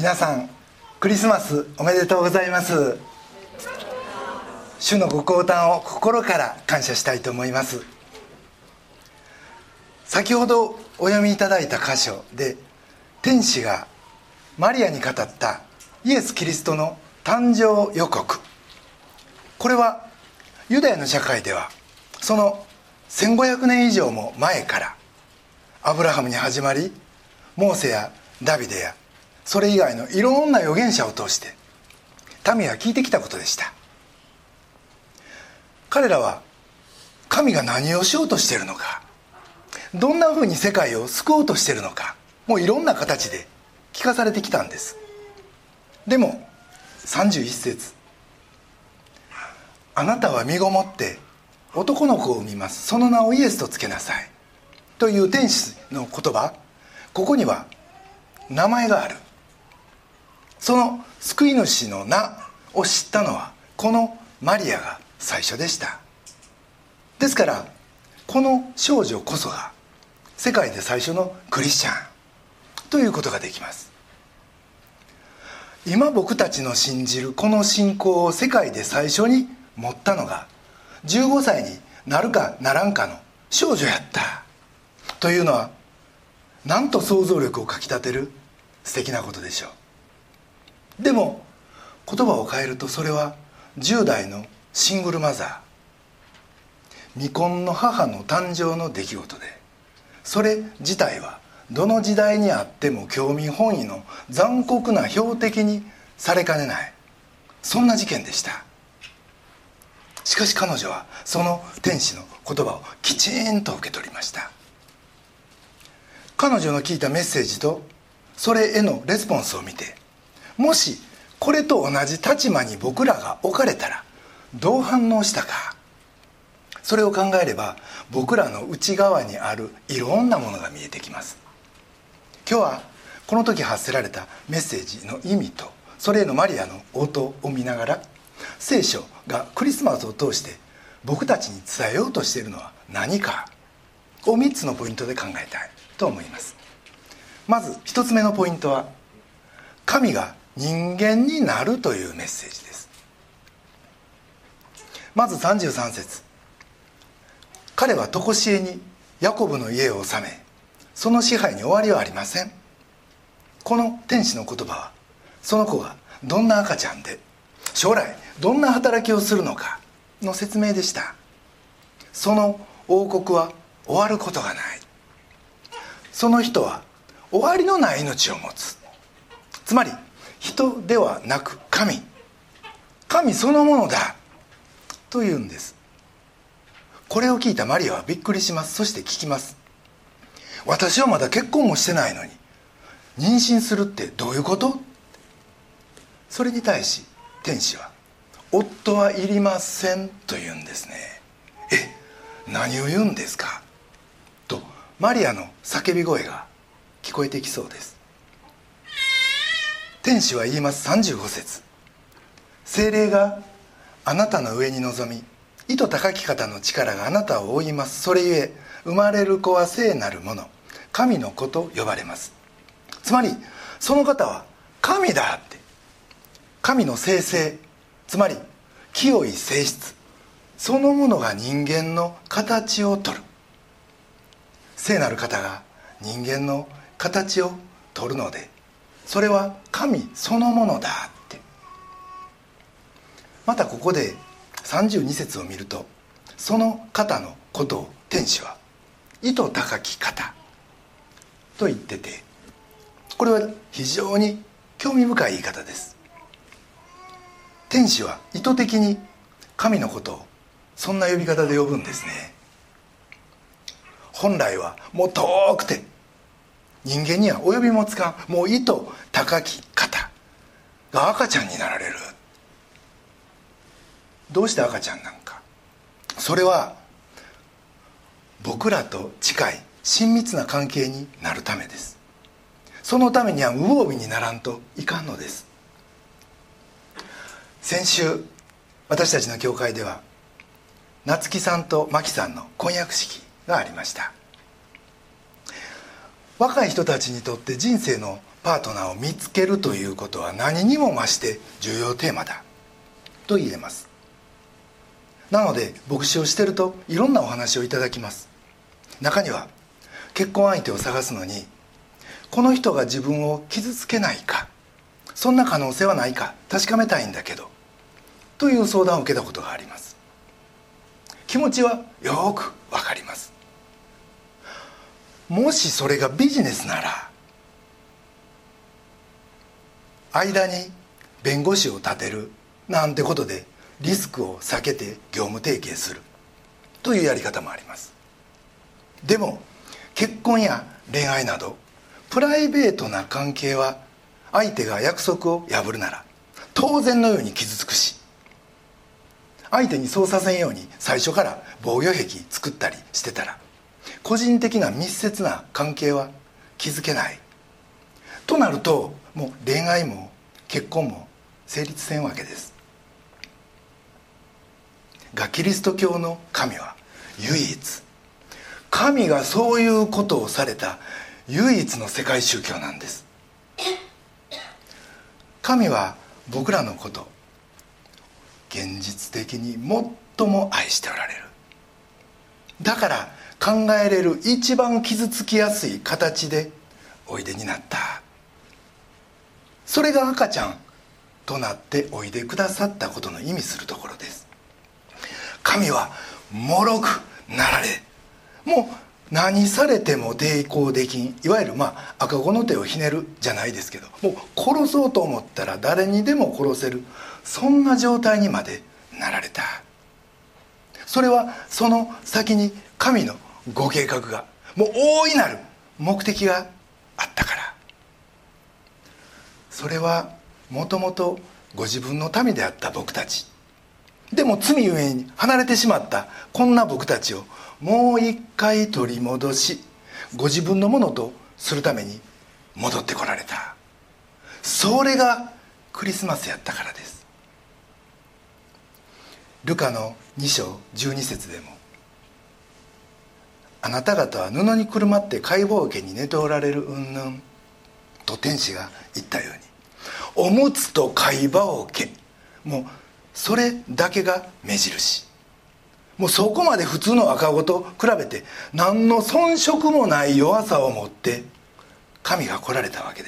皆さんクリスマスおめでとうございます。主のご降誕を心から感謝したいと思います。先ほどお読みいただいた箇所で、天使がマリアに語ったイエス・キリストの誕生予告、これはユダヤの社会ではその1500年以上も前からアブラハムに始まり、モーセやダビデやそれ以外のいろんな預言者を通して民は聞いてきたことでした。彼らは神が何をしようとしているのか、どんなふうに世界を救おうとしているのか、もういろんな形で聞かされてきたんです。でも31節、あなたは身ごもって男の子を産みます、その名をイエスとつけなさいという天使の言葉、ここには名前がある。その救い主の名を知ったのはこのマリアが最初でした。ですからこの少女こそが世界で最初のクリスチャンということができます。今僕たちの信じるこの信仰を世界で最初に持ったのが15歳になるかならんかの少女やったというのは、なんと想像力をかきたてる素敵なことでしょう。でも言葉を変えると、それは10代のシングルマザー、未婚の母の誕生の出来事で、それ自体はどの時代にあっても興味本位の残酷な標的にされかねない、そんな事件でした。しかし彼女はその天使の言葉をきちんと受け取りました。彼女の聞いたメッセージとそれへのレスポンスを見て、もしこれと同じ立場に僕らが置かれたらどう反応したか、それを考えれば僕らの内側にあるいろんなものが見えてきます。今日はこの時発せられたメッセージの意味とそれへのマリアの応答を見ながら、聖書がクリスマスを通して僕たちに伝えようとしているのは何かを3つのポイントで考えたいと思います。まず1つ目のポイントは、神が人間になるというメッセージです。まず33節、彼は常しえにヤコブの家を治め、その支配に終わりはありません。この天使の言葉は、その子がどんな赤ちゃんで将来どんな働きをするのかの説明でした。その王国は終わることがない。その人は終わりのない命を持つ。つまり人ではなく神そのものだというんです。これを聞いたマリアはびっくりします。そして聞きます。私はまだ結婚もしてないのに妊娠するってどういうこと？それに対し天使は、夫はいりませんと言うんですね。何を言うんですかとマリアの叫び声が聞こえてきそうです。天使は言います。35節、聖霊があなたの上に臨み、意図高き方の力があなたを覆います。それゆえ生まれる子は聖なるもの、神の子と呼ばれます。つまりその方は神だって、神の聖性、つまり清い性質そのものが人間の形をとる。聖なる方が人間の形をとるので、それは神そのものだって。またここで32節を見ると、その方のことを天使は意図高き方と言ってて、これは非常に興味深い言い方です。天使は意図的に神のことをそんな呼び方で呼ぶんですね。本来はもう遠くて人間には及びもつかん、もう意図高き方が赤ちゃんになられる。どうして赤ちゃんなんか。それは僕らと近い親密な関係になるためです。そのためには無防備にならんといかんのです。先週私たちの教会では夏木さんと真紀さんの婚約式がありました。若い人たちにとって人生のパートナーを見つけるということは何にも増して重要テーマだと言えます。なので牧師をしているといろんなお話をいただきます。中には結婚相手を探すのにこの人が自分を傷つけないか、そんな可能性はないか確かめたいんだけどという相談を受けたことがあります。気持ちはよくわかります。もしそれがビジネスなら間に弁護士を立てるなんてことでリスクを避けて業務提携するというやり方もあります。でも結婚や恋愛などプライベートな関係は相手が約束を破るなら当然のように傷つくし、相手にそうさせんように最初から防御壁作ったりしてたら個人的な密接な関係は築けないとなると、もう恋愛も結婚も成立せんわけです。がキリスト教の神は唯一、神がそういうことをされた唯一の世界宗教なんです。神は僕らのこと、現実的に最も愛しておられる。だから考えれる一番傷つきやすい形でおいでになった。それが赤ちゃんとなっておいでくださったことの意味するところです。神は脆くなられ、もう何されても抵抗できん、いわゆる赤子の手をひねるじゃないですけど、もう殺そうと思ったら誰にでも殺せる、そんな状態にまでなられた。それはその先に神のご計画が、もう大いなる目的があったから。それはもともとご自分の民であった僕たち、でも罪ゆえに離れてしまったこんな僕たちをもう一回取り戻し、ご自分のものとするために戻ってこられた。それがクリスマスやったからです。ルカの2章12節でも、あなた方は布にくるまって解剖家に寝ておられる云々と天使が言ったように、おむつと解剖家、もうそれだけが目印。もうそこまで普通の赤子と比べて何の遜色もない弱さを持って神が来られたわけです。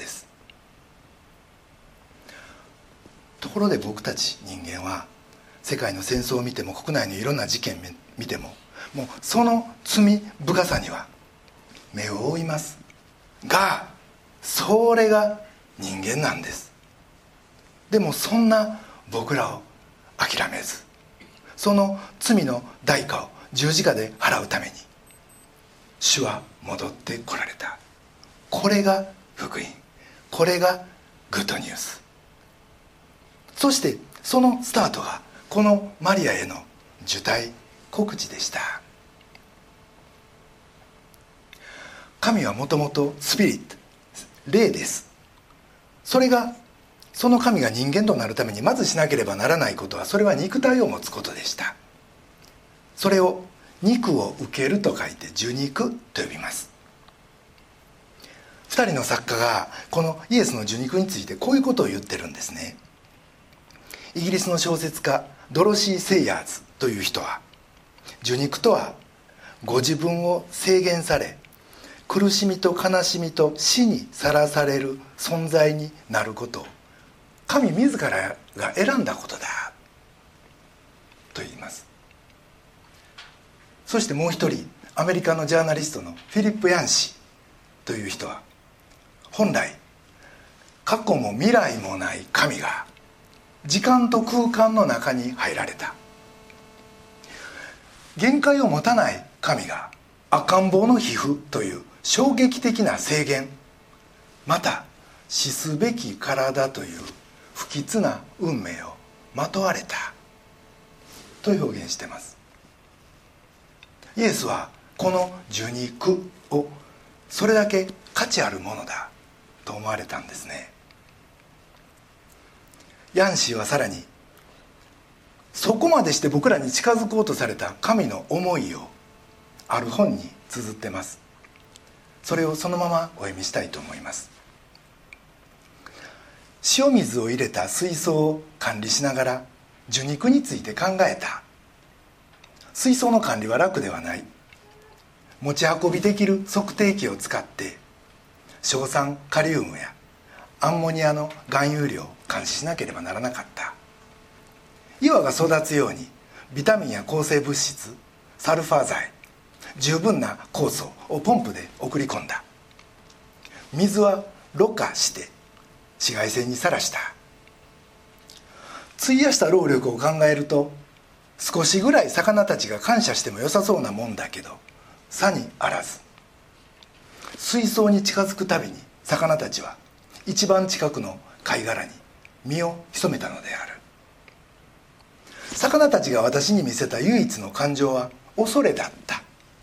ところで僕たち人間は世界の戦争を見ても国内のいろんな事件見ても、もうその罪深さには目を覆いますが、それが人間なんです。でもそんな僕らを諦めず、その罪の代価を十字架で払うために主は戻ってこられた。これが福音、これがグッドニュース。そしてそのスタートがこのマリアへの受胎告知でした。神はもともとスピリット、霊です。その神が人間となるためにまずしなければならないことは、それは肉体を持つことでした。それを肉を受けると書いて受肉と呼びます。2人の作家がこのイエスの受肉についてこういうことを言ってるんですね。イギリスの小説家ドロシー・セイヤーズという人は、受肉とはご自分を制限され苦しみと悲しみと死にさらされる存在になることを神自らが選んだことだと言います。そしてもう一人、アメリカのジャーナリストのフィリップ・ヤンシという人は、本来過去も未来もない神が時間と空間の中に入られた。限界を持たない神が赤ん坊の皮膚という衝撃的な制限、また死すべき体という不吉な運命をまとわれたと表現しています。イエスはこの受肉をそれだけ価値あるものだと思われたんですね。ヤンシーはさらに、そこまでして僕らに近づこうとされた神の思いをある本に綴ってます。それをそのままお読みしたいと思います。 塩水を入れた水槽を管理しながら受肉について考えた。水槽の管理は楽ではない。持ち運びできる測定器を使って硝酸カリウムやアンモニアの含有量を監視しなければならなかった。岩が育つようにビタミンや抗生物質、サルファ剤、十分な酵素をポンプで送り込んだ。水はろ過して紫外線にさらした。費やした労力を考えると少しぐらい魚たちが感謝しても良さそうなもんだけど、さにあらず。水槽に近づくたびに魚たちは一番近くの貝殻に身を潜めたのである。魚たちが私に見せた唯一の感情は恐れだった。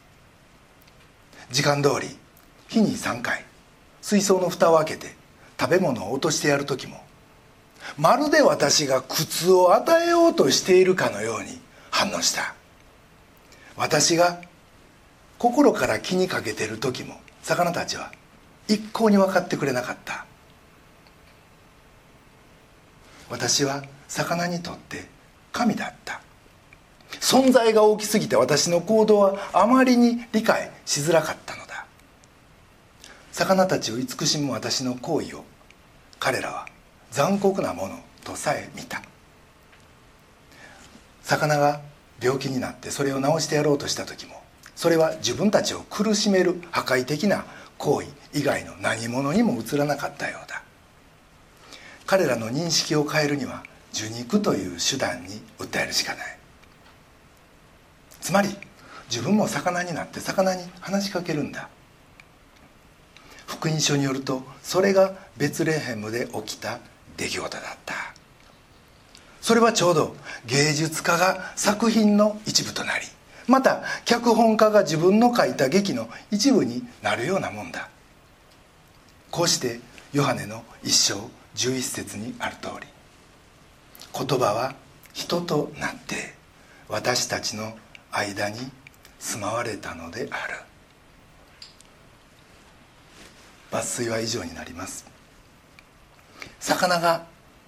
時間通り日に3回水槽の蓋を開けて食べ物を落としてやる時も、まるで私が苦痛を与えようとしているかのように反応した。私が心から気にかけている時も魚たちは一向に分かってくれなかった。私は魚にとって神だった。存在が大きすぎて私の行動はあまりに理解しづらかったのだ。魚たちを慈しむ私の行為を彼らは残酷なものとさえ見た。魚が病気になってそれを治してやろうとした時も、それは自分たちを苦しめる破壊的な行為以外の何者にも映らなかったようだ。彼らの認識を変えるには受肉という手段に訴えるしかない。つまり自分も魚になって魚に話しかけるんだ。福音書によるとそれがベツレヘムで起きた出来事だった。それはちょうど芸術家が作品の一部となり、また脚本家が自分の書いた劇の一部になるようなもんだ。こうしてヨハネの一章11節にある通り、言葉は人となって私たちの間に住まわれたのである。抜粋は以上になります。魚が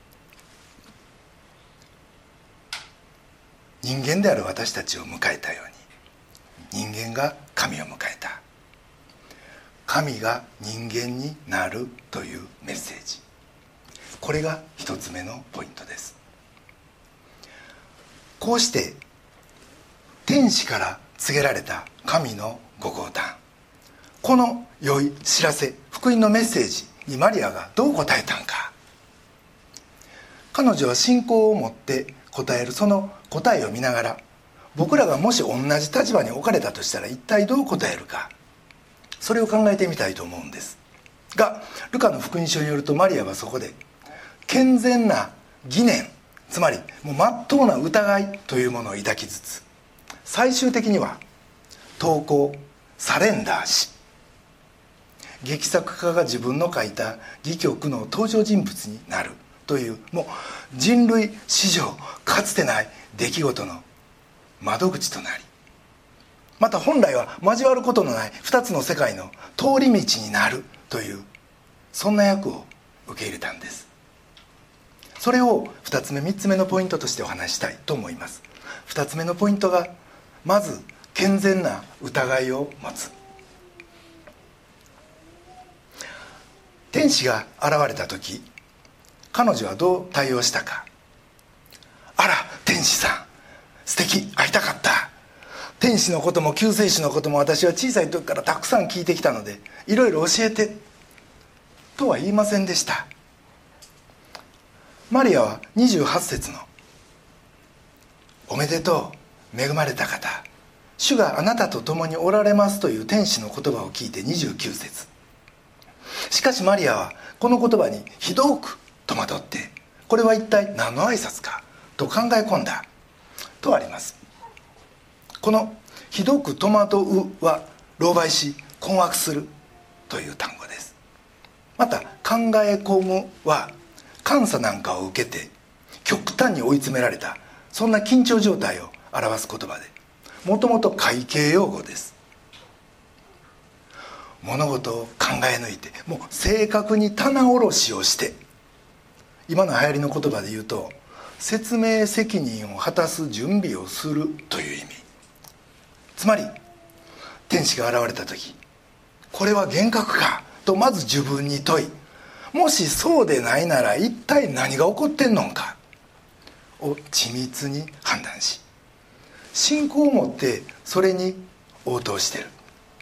人間である私たちを迎えたように、人間が神を迎えた。神が人間になるというメッセージ、これが一つ目のポイントです。こうして天使から告げられた神のご降誕、この良い知らせ、福音のメッセージにマリアがどう答えたんか。彼女は信仰を持って答えるその答えを見ながら、僕らがもし同じ立場に置かれたとしたら一体どう答えるか、それを考えてみたいと思うんですが、ルカの福音書によるとマリアはそこで健全な疑念、つまりもう真っ当な疑いというものを抱きつつ、最終的には投降、サレンダーし、劇作家が自分の書いた戯曲の登場人物になるという、もう人類史上かつてない出来事の窓口となり、また本来は交わることのない2つの世界の通り道になるという、そんな役を受け入れたんです。それを2つ目3つ目のポイントとしてお話したいと思います。2つ目のポイントが、まず健全な疑いを持つ。天使が現れた時、彼女はどう対応したか。あら、天使さん素敵、会いたかった。天使のことも救世主のことも私は小さい時からたくさん聞いてきたので、いろいろ教えてとは言いませんでした。マリアは28節のおめでとう恵まれた方、主があなたと共におられますという天使の言葉を聞いて29節、しかしマリアはこの言葉にひどく戸惑って、これは一体何の挨拶かと考え込んだとあります。このひどく戸惑うは狼狽し困惑するという単語です。また考え込むは監査なんかを受けて極端に追い詰められた、そんな緊張状態を表す言葉で、もともと会計用語です。物事を考え抜いて、もう正確に棚卸しをして今の流行りの言葉で言うと説明責任を果たす準備をするという意味。つまり天使が現れた時、これは幻覚かとまず自分に問い、もしそうでないなら一体何が起こってんのかを緻密に判断し、信仰を持ってそれに応答している。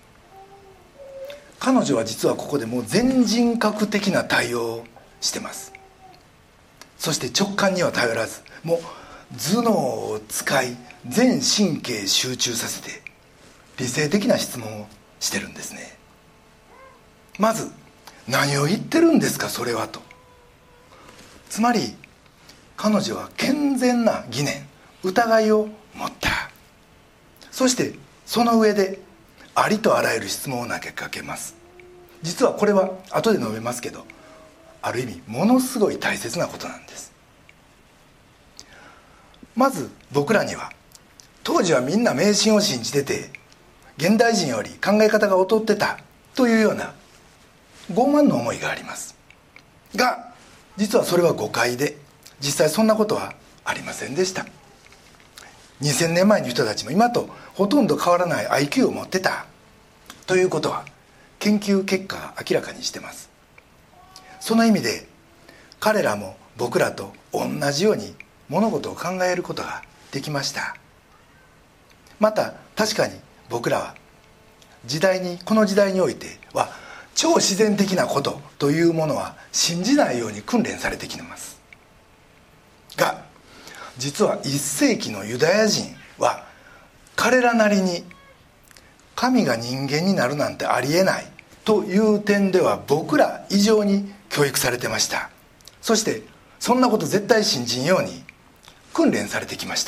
彼女は実はここでもう全人格的な対応をしてます。そして直感には頼らず、もう頭脳を使い全神経集中させて理性的な質問をしてるんですね。まず何を言ってるんですかそれはと。つまり彼女は健全な疑念、疑いを持った。そしてその上でありとあらゆる質問を投げかけます。実はこれは後で述べますけど、ある意味ものすごい大切なことなんです。まず僕らには、当時はみんな迷信を信じてて現代人より考え方が劣ってたというような傲慢の思いがありますが、実はそれは誤解で、実際そんなことはありませんでした。2000年前の人たちも今とほとんど変わらない IQ を持ってたということは研究結果が明らかにしてます。その意味で彼らも僕らと同じように物事を考えることができました。また確かに僕らはこの時代においては超自然的なことというものは信じないように訓練されてきてますが、実は1世紀のユダヤ人は彼らなりに神が人間になるなんてありえないという点では僕ら以上に教育されてました。そしてそんなこと絶対信じんように訓練されてきました。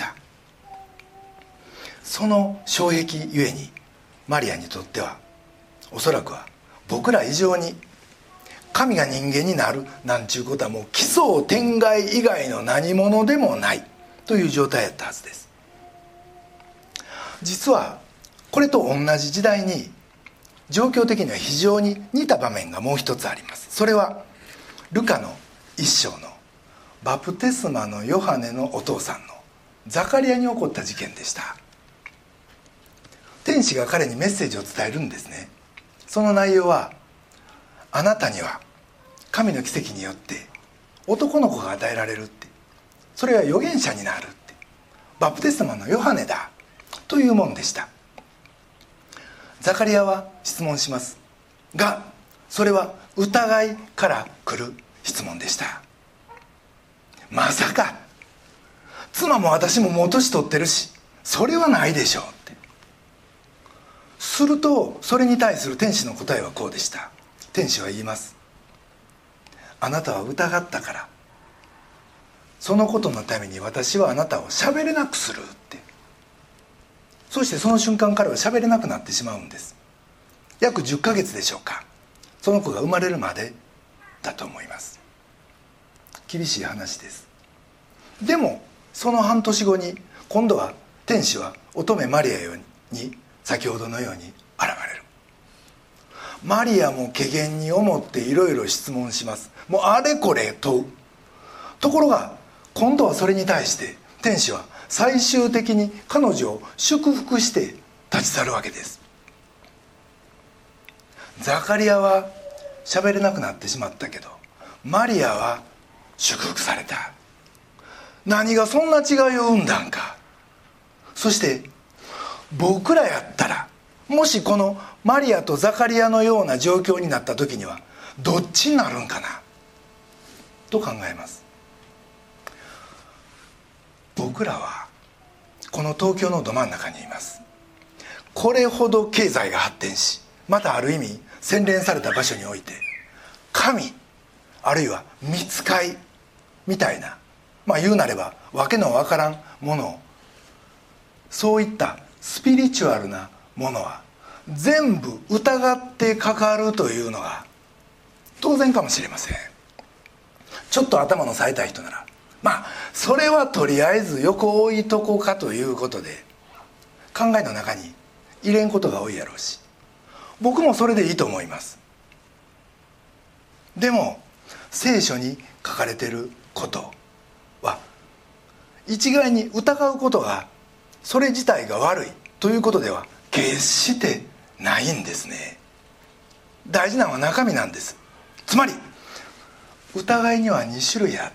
その障壁ゆえにマリアにとってはおそらくは僕ら以上に神が人間になるなんちゅうことはもう奇想天外以外の何者でもないという状態やったはずです。実はこれと同じ時代に状況的には非常に似た場面がもう一つあります。それはルカの一章のバプテスマのヨハネのお父さんのザカリアに起こった事件でした。天使が彼にメッセージを伝えるんですね。その内容は、あなたには神の奇跡によって男の子が与えられるって、それは預言者になるって、バプテスマのヨハネだというものでした。ザカリアは質問しますが、それは疑いから来る質問でした。まさか妻も私ももう年取ってるしそれはないでしょうって。するとそれに対する天使の答えはこうでした。天使は言います。あなたは疑ったから、そのことのために私はあなたを喋れなくするって。そしてその瞬間彼は喋れなくなってしまうんです。約10ヶ月でしょうか、その子が生まれるまでだと思います。厳しい話です。でもその半年後に今度は天使は乙女マリアに先ほどのように現れる。マリアも怪訝に思っていろいろ質問します。もうあれこれ問う。ところが今度はそれに対して天使は最終的に彼女を祝福して立ち去るわけです。ザカリアは喋れなくなってしまったけど、マリアは祝福された。何がそんな違いを生んだんか。そして僕らやったら、もしこのマリアとザカリアのような状況になった時にはどっちになるんかなと考えます。僕らはこの東京のど真ん中にいます。これほど経済が発展し、またある意味洗練された場所において神あるいは御使いみたいな、言うなればわけのわからんものを、そういったスピリチュアルなものは全部疑ってかかるというのが当然かもしれません。ちょっと頭の冴えた人ならそれはとりあえず横置いとこうかということで考えの中に入れんことが多いやろうし、僕もそれでいいと思います。でも聖書に書かれていることは一概に疑うことがそれ自体が悪いということでは決してないんですね。大事なのは中身なんです。つまり疑いには2種類あって、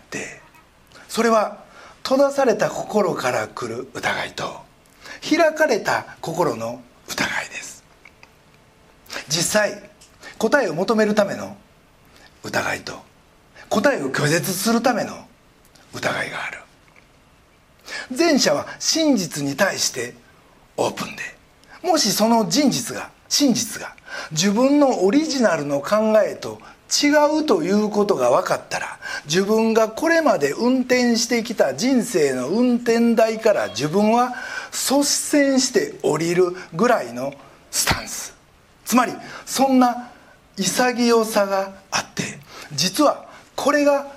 それは閉ざされた心から来る疑いと開かれた心の疑いです。実際答えを求めるための疑いと答えを拒絶するための疑いがある。前者は真実に対してオープンで、もしその真実が自分のオリジナルの考えと違うということが分かったら、自分がこれまで運転してきた人生の運転台から自分は率先して降りるぐらいのスタンス、つまりそんな潔さがあって、実はこれが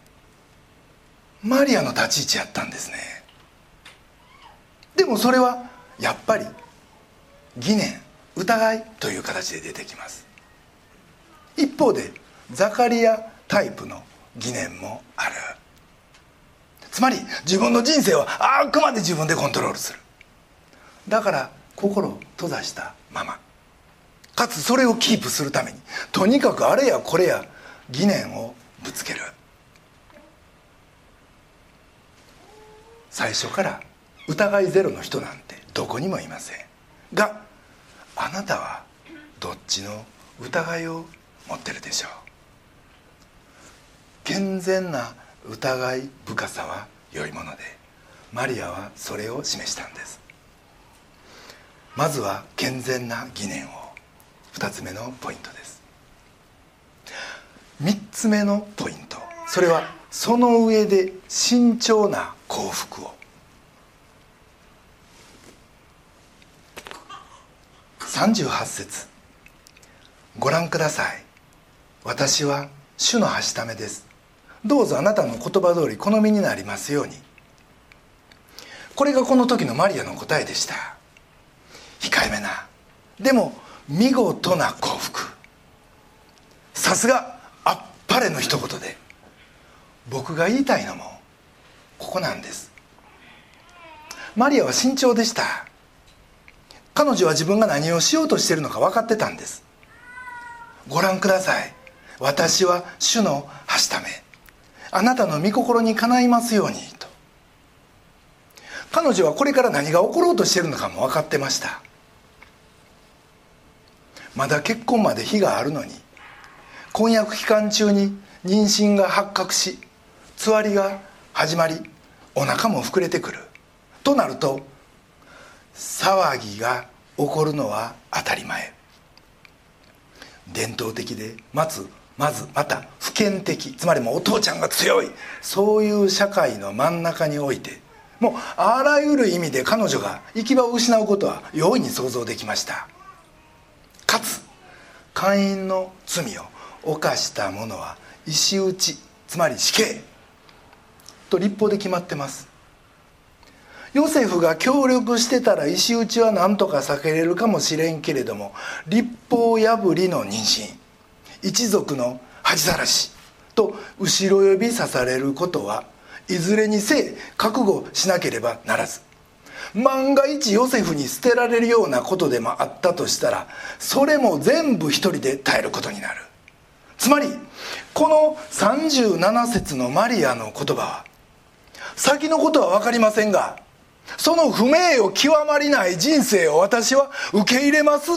マリアの立ち位置やったんですね。でもそれはやっぱり疑念、疑いという形で出てきます。一方でザカリアタイプの疑念もある。つまり自分の人生はあくまで自分でコントロールする。だから心を閉ざしたまま、かつそれをキープするためにとにかくあれやこれや疑念をぶつける。最初から疑いゼロの人なんてどこにもいませんが、あなたはどっちの疑いを持ってるでしょう。健全な疑い深さは良いもので、マリアはそれを示したんです。まずは健全な疑念を、2つ目のポイントです。3つ目のポイント、それはその上で慎重な幸福を。38節、ご覧ください。私は主のはしためです。どうぞあなたの言葉通り好みになりますように。これがこの時のマリアの答えでした。控えめな、でも見事な幸福。さすがあっぱれの一言で、僕が言いたいのもここなんです。マリアは慎重でした。彼女は自分が何をしようとしているのか分かってたんです。ご覧ください。私は主のはしため、あなたの御心にかないますようにと。彼女はこれから何が起ころうとしているのかも分かってました。まだ結婚まで日があるのに、婚約期間中に妊娠が発覚し、つわりが始まり、お腹も膨れてくるとなると、騒ぎが起こるのは当たり前。伝統的でまた普遍的、つまりもうお父ちゃんが強い、そういう社会の真ん中において、もうあらゆる意味で彼女が行き場を失うことは容易に想像できました。かつ姦淫の罪を犯した者は石打ち、つまり死刑と律法で決まってます。ヨセフが協力してたら石打ちは何とか避けれるかもしれんけれども、律法破りの妊娠、一族の恥さらしと後ろ指さされることはいずれにせ覚悟しなければならず、万が一ヨセフに捨てられるようなことでもあったとしたら、それも全部一人で耐えることになる。つまりこの37節のマリアの言葉は、先のことは分かりませんが、その不名誉極まりない人生を私は受け入れます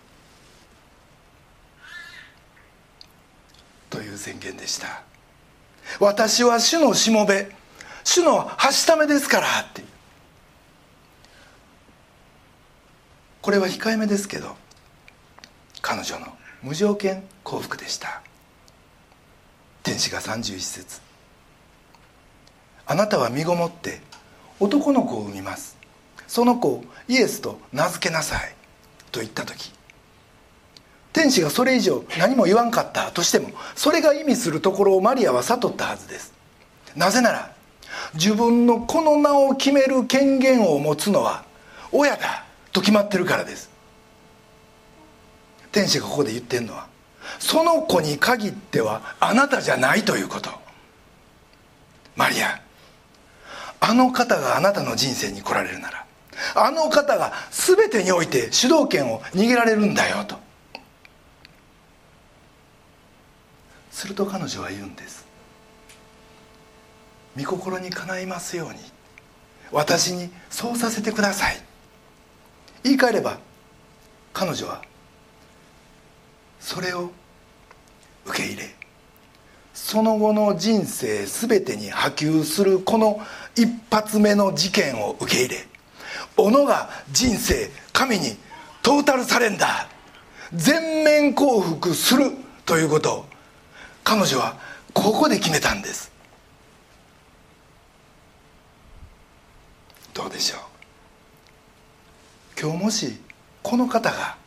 という宣言でした。私は主のしもべ、主のはしためですからって。これは控えめですけど、彼女の無条件幸福でした。天使が31節、あなたは身ごもって男の子を産みます。その子をイエスと名付けなさいと言った時、天使がそれ以上何も言わんかったとしても、それが意味するところをマリアは悟ったはずです。なぜなら自分のこの名を決める権限を持つのは親だと決まってるからです。天使がここで言ってるのは、その子に限ってはあなたじゃないということ。 マリア、あの方があなたの人生に来られるなら、あの方が全てにおいて主導権を握られるんだよと。すると彼女は言うんです。御心にかないますように私にそうさせてください。言い換えれば彼女はそれを受け入れ、その後の人生全てに波及するこの一発目の事件を受け入れ、己が人生神にトータルサレンダー、全面降伏するということを彼女はここで決めたんです。どうでしょう。今日もしこの方が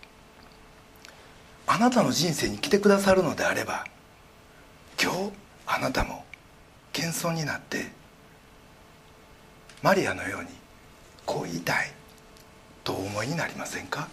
あなたの人生に来てくださるのであれば、今日あなたも謙遜になってマリアのようにこう言いたいとお思いになりませんか。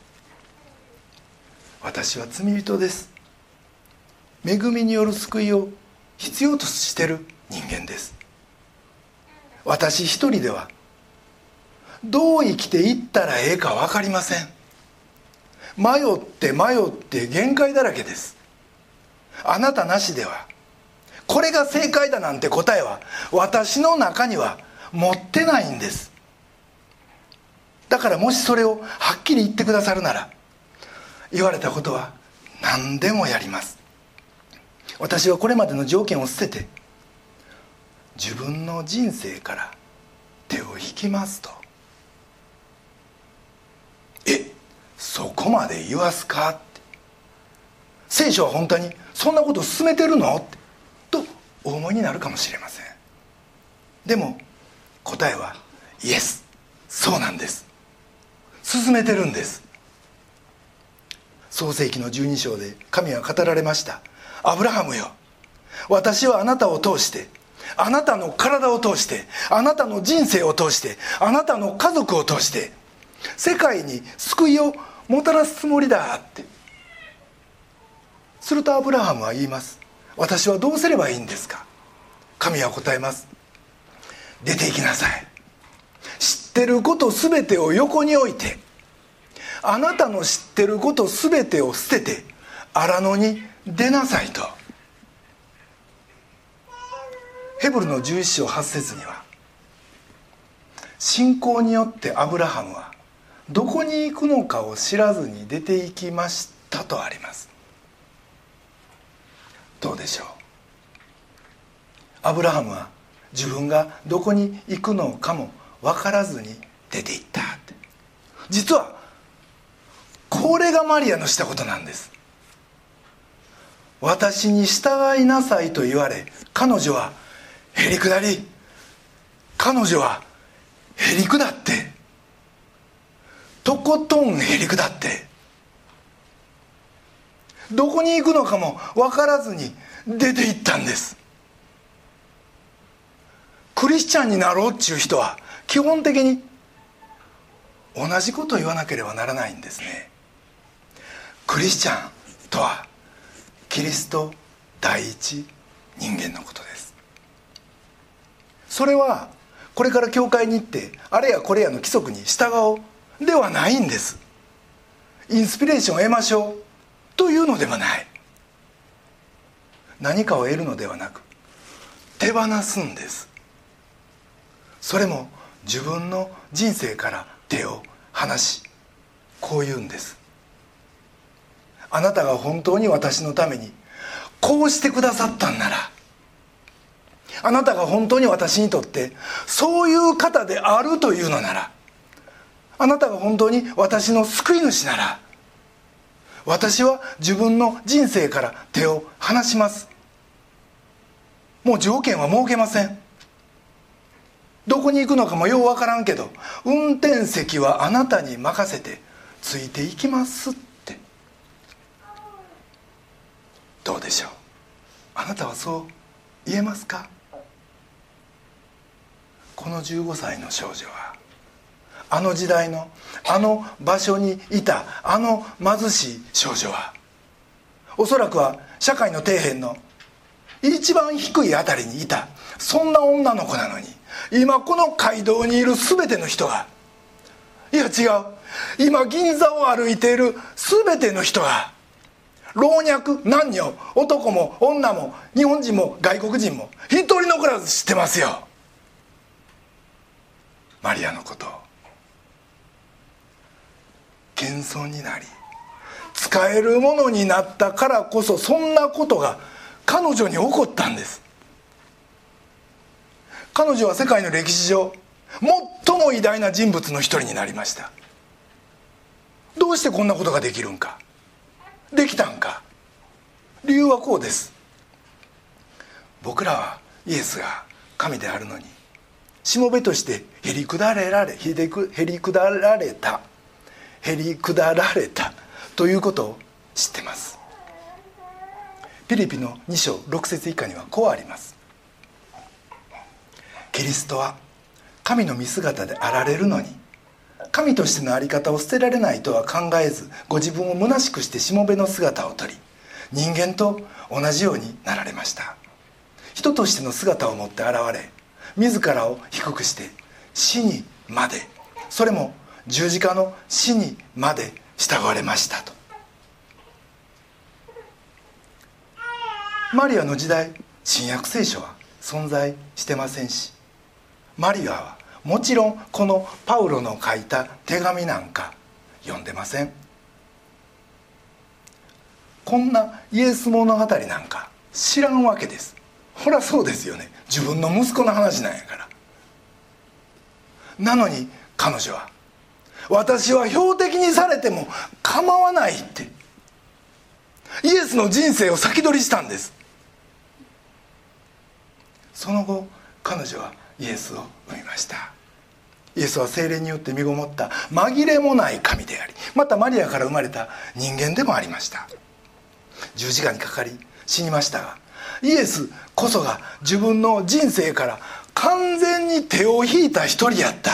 私は罪人です。恵みによる救いを必要としている人間です。私一人ではどう生きていったらええか分かりません。迷って迷って限界だらけです。あなたなしではこれが正解だなんて答えは私の中には持ってないんです。だからもしそれをはっきり言ってくださるなら、言われたことは何でもやります。私はこれまでの条件を捨てて自分の人生から手を引きますと。そこまで言わすかって、聖書は本当にそんなことを進めてるのってとお思いになるかもしれません。でも答えはイエス、そうなんです。進めてるんです。創世記の12章で神は語られました。アブラハムよ、私はあなたを通して、あなたの体を通して、あなたの人生を通して、あなたの家族を通して世界に救いをもたらすつもりだって。するとアブラハムは言います。私はどうすればいいんですか。神は答えます。出て行きなさい。知ってることすべてを横に置いて、あなたの知ってることすべてを捨てて荒野に出なさいと。ヘブルの11章8節には、信仰によってアブラハムはどこに行くのかを知らずに出て行きましたとあります。どうでしょう。アブラハムは自分がどこに行くのかも分からずに出て行ったって。実はこれがマリアのしたことなんです。私に従いなさいと言われ、彼女はへりくだり、彼女はへりくだって、とことんへりくだって、どこに行くのかも分からずに出て行ったんです。クリスチャンになろうっていう人は基本的に同じことを言わなければならないんですね。クリスチャンとはキリスト第一人間のことです。それはこれから教会に行ってあれやこれやの規則に従おうではないんです。インスピレーションを得ましょうというのではない。何かを得るのではなく手放すんです。それも自分の人生から手を離し、こう言うんです。あなたが本当に私のためにこうしてくださったんなら、あなたが本当に私にとってそういう方であるというのなら、あなたが本当に私の救い主なら、私は自分の人生から手を離します。もう条件は設けません。どこに行くのかもようわからんけど、運転席はあなたに任せてついていきますって。どうでしょう。あなたはそう言えますか。この15歳の少女はあの時代のあの場所にいたあの貧しい少女は、おそらくは社会の底辺の一番低いあたりにいたそんな女の子なのに、今この街道にいる全ての人が、いや違う、今銀座を歩いている全ての人が、老若男女、男も女も日本人も外国人も一人残らず知ってますよ、マリアのことを。謙遜になり使えるものになったからこそ、そんなことが彼女に起こったんです。彼女は世界の歴史上最も偉大な人物の一人になりました。どうしてこんなことができるんか、できたんか。理由はこうです。僕らはイエスが神であるのに、しもべとしてへりくだられたということを知ってます。ピリピの2章6節以下にはこうあります。キリストは神の見姿であられるのに、神としての在り方を捨てられないとは考えず、ご自分を虚しくしてしもべの姿をとり、人間と同じようになられました。人としての姿を持って現れ、自らを低くして死にまで、それも十字架の死にまで従われましたと。マリアの時代、新約聖書は存在してませんし、マリアはもちろんこのパウロの書いた手紙なんか読んでません。こんなイエス物語なんか知らんわけです。ほらそうですよね、自分の息子の話なんやから。なのに彼女は、私は標的にされても構わないってイエスの人生を先取りしたんです。その後彼女はイエスを産みました。イエスは聖霊によって身ごもった紛れもない神であり、またマリアから生まれた人間でもありました。十字架にかかり死にましたが、イエスこそが自分の人生から完全に手を引いた一人やった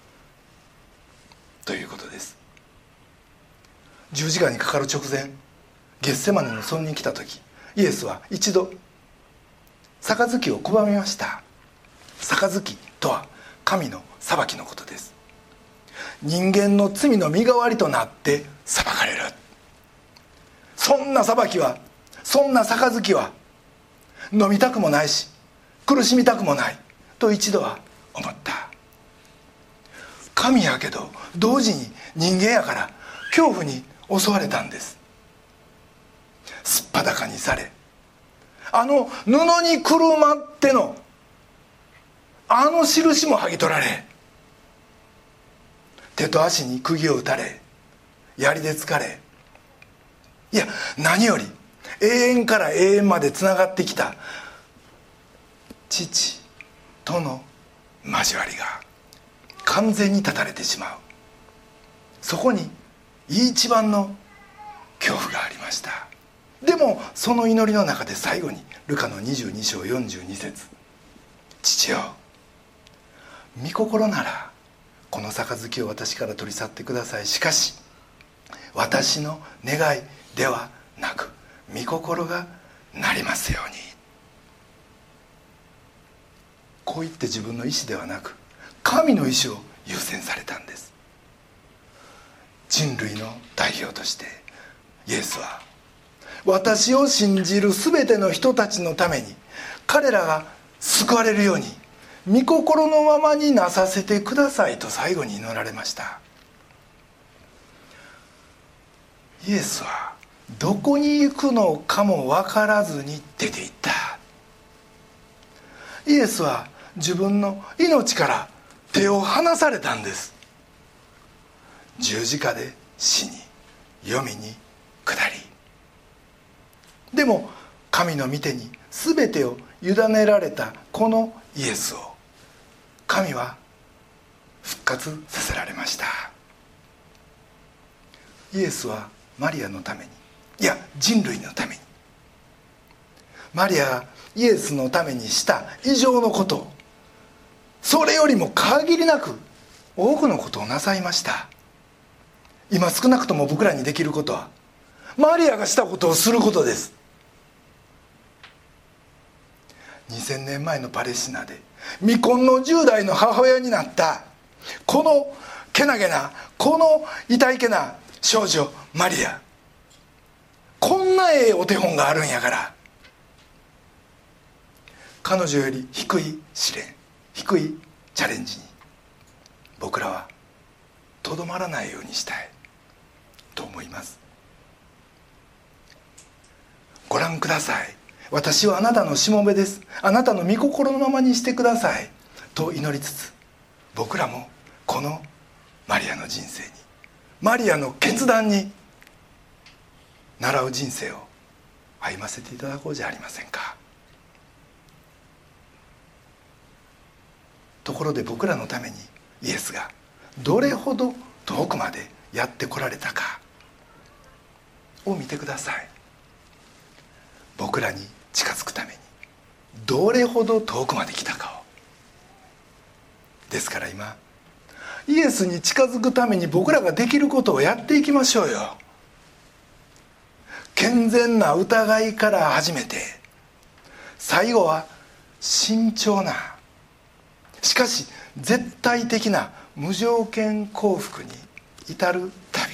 ということです。十字架にかかる直前、ゲッセマネの園に来た時、イエスは一度杯を拒みました。杯とは神の裁きのことです。人間の罪の身代わりとなって裁かれる。そんな裁きは、そんな杯は飲みたくもないし苦しみたくもないと一度は思った。神やけど同時に人間やから恐怖に襲われたんです。すっぱだかにされ、あの布にくるまってのあの印も剥ぎ取られ、手と足に釘を打たれ、槍で突かれ、いや何より永遠から永遠までつながってきた父との交わりが完全に断たれてしまう。そこに一番の恐怖がありました。でもその祈りの中で最後にルカの22章42節、父よ、御心ならこの杯を私から取り去ってください。しかし私の願いではなく御心がなりますように。こう言って自分の意思ではなく神の意思を優先されたんです。人類の代表としてイエスは、私を信じる全ての人たちのために彼らが救われるように御心のままになさせてくださいと最後に祈られました。イエスはどこに行くのかも分からずに出て行った。イエスは自分の命から手を離されたんです。十字架で死に黄泉に下り、でも神の御手に全てを委ねられたこのイエスを神は復活させられました。イエスはマリアのために、いや人類のために、マリアがイエスのためにした以上のことを、それよりも限りなく多くのことをなさいました。今少なくとも僕らにできることはマリアがしたことをすることです。 2000年前のパレスチナで未婚の10代の母親になったこのけなげな、この痛いけな少女マリア、こんなお手本があるんやから、彼女より低い試練、低いチャレンジに僕らはとどまらないようにしたいと思います。ご覧ください。私はあなたのしもべです、あなたの御心のままにしてくださいと祈りつつ、僕らもこのマリアの人生に、マリアの決断に習う人生を歩ませていただこうじゃありませんか。ところで僕らのためにイエスがどれほど遠くまでやってこられたかを見てください。僕らに近づくためにどれほど遠くまで来たかを。ですから今イエスに近づくために僕らができることをやっていきましょうよ。健全な疑いから始めて、最後は慎重な、しかし絶対的な無条件幸福に至る旅、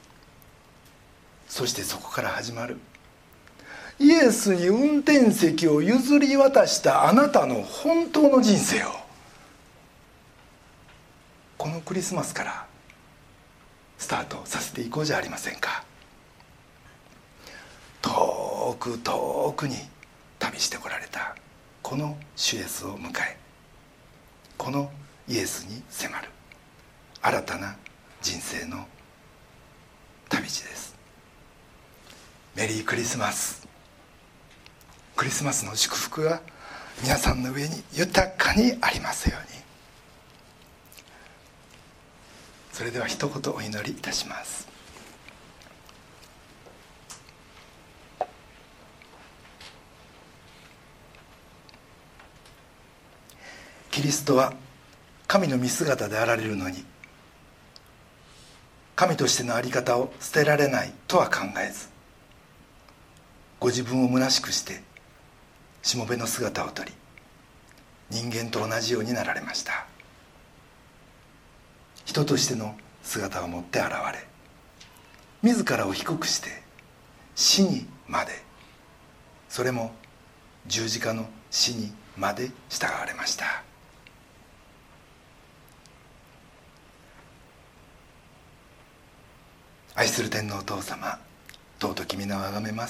そしてそこから始まるイエスに運転席を譲り渡したあなたの本当の人生を、このクリスマスからスタートさせていこうじゃありませんか。遠く遠くに旅してこられたこの主イエスを迎え、このイエスに迫る新たな人生の旅路です。メリークリスマス。クリスマスの祝福が皆さんの上に豊かにありますように。それでは一言お祈りいたします。キリストは神の御姿であられるのに、神としての在り方を捨てられないとは考えず、ご自分を虚しくしてしもべの姿をとり、人間と同じようになられました。人としての姿を持って現れ、自らを低くして死にまで、それも十字架の死にまで従われました。愛する天皇お父様、尊き皆をあがめます。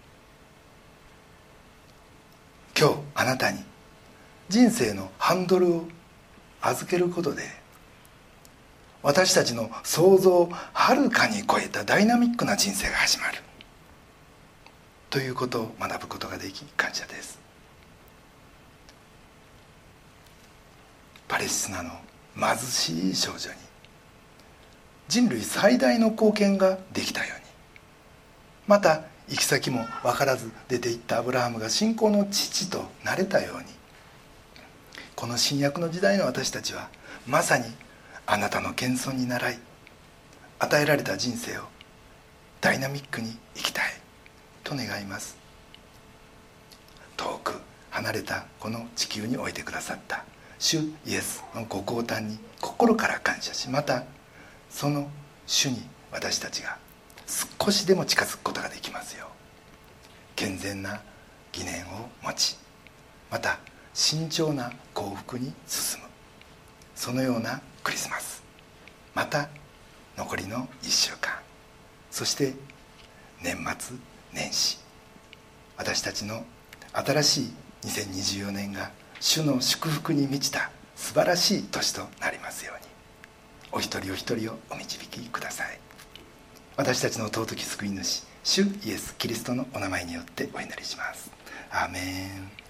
今日あなたに人生のハンドルを預けることで、私たちの想像をはるかに超えたダイナミックな人生が始まるということを学ぶことができ感謝です。パレスチナの貧しい少女に人類最大の貢献ができたように、また行き先も分からず出ていったアブラハムが信仰の父となれたように、この新約の時代の私たちはまさにあなたの謙遜に倣い、与えられた人生をダイナミックに生きたいと願います。遠く離れたこの地球においてくださった主イエスのご降誕に心から感謝し、またその主に私たちが少しでも近づくことができますよう、健全な疑念を持ち、また慎重な幸福に進む、そのようなクリスマス、また残りの1週間、そして年末年始、私たちの新しい2024年が主の祝福に満ちた素晴らしい年となりますように、お一人お一人をお導きください。私たちの尊き救い主主イエス・キリストのお名前によってお祈りします。アーメン。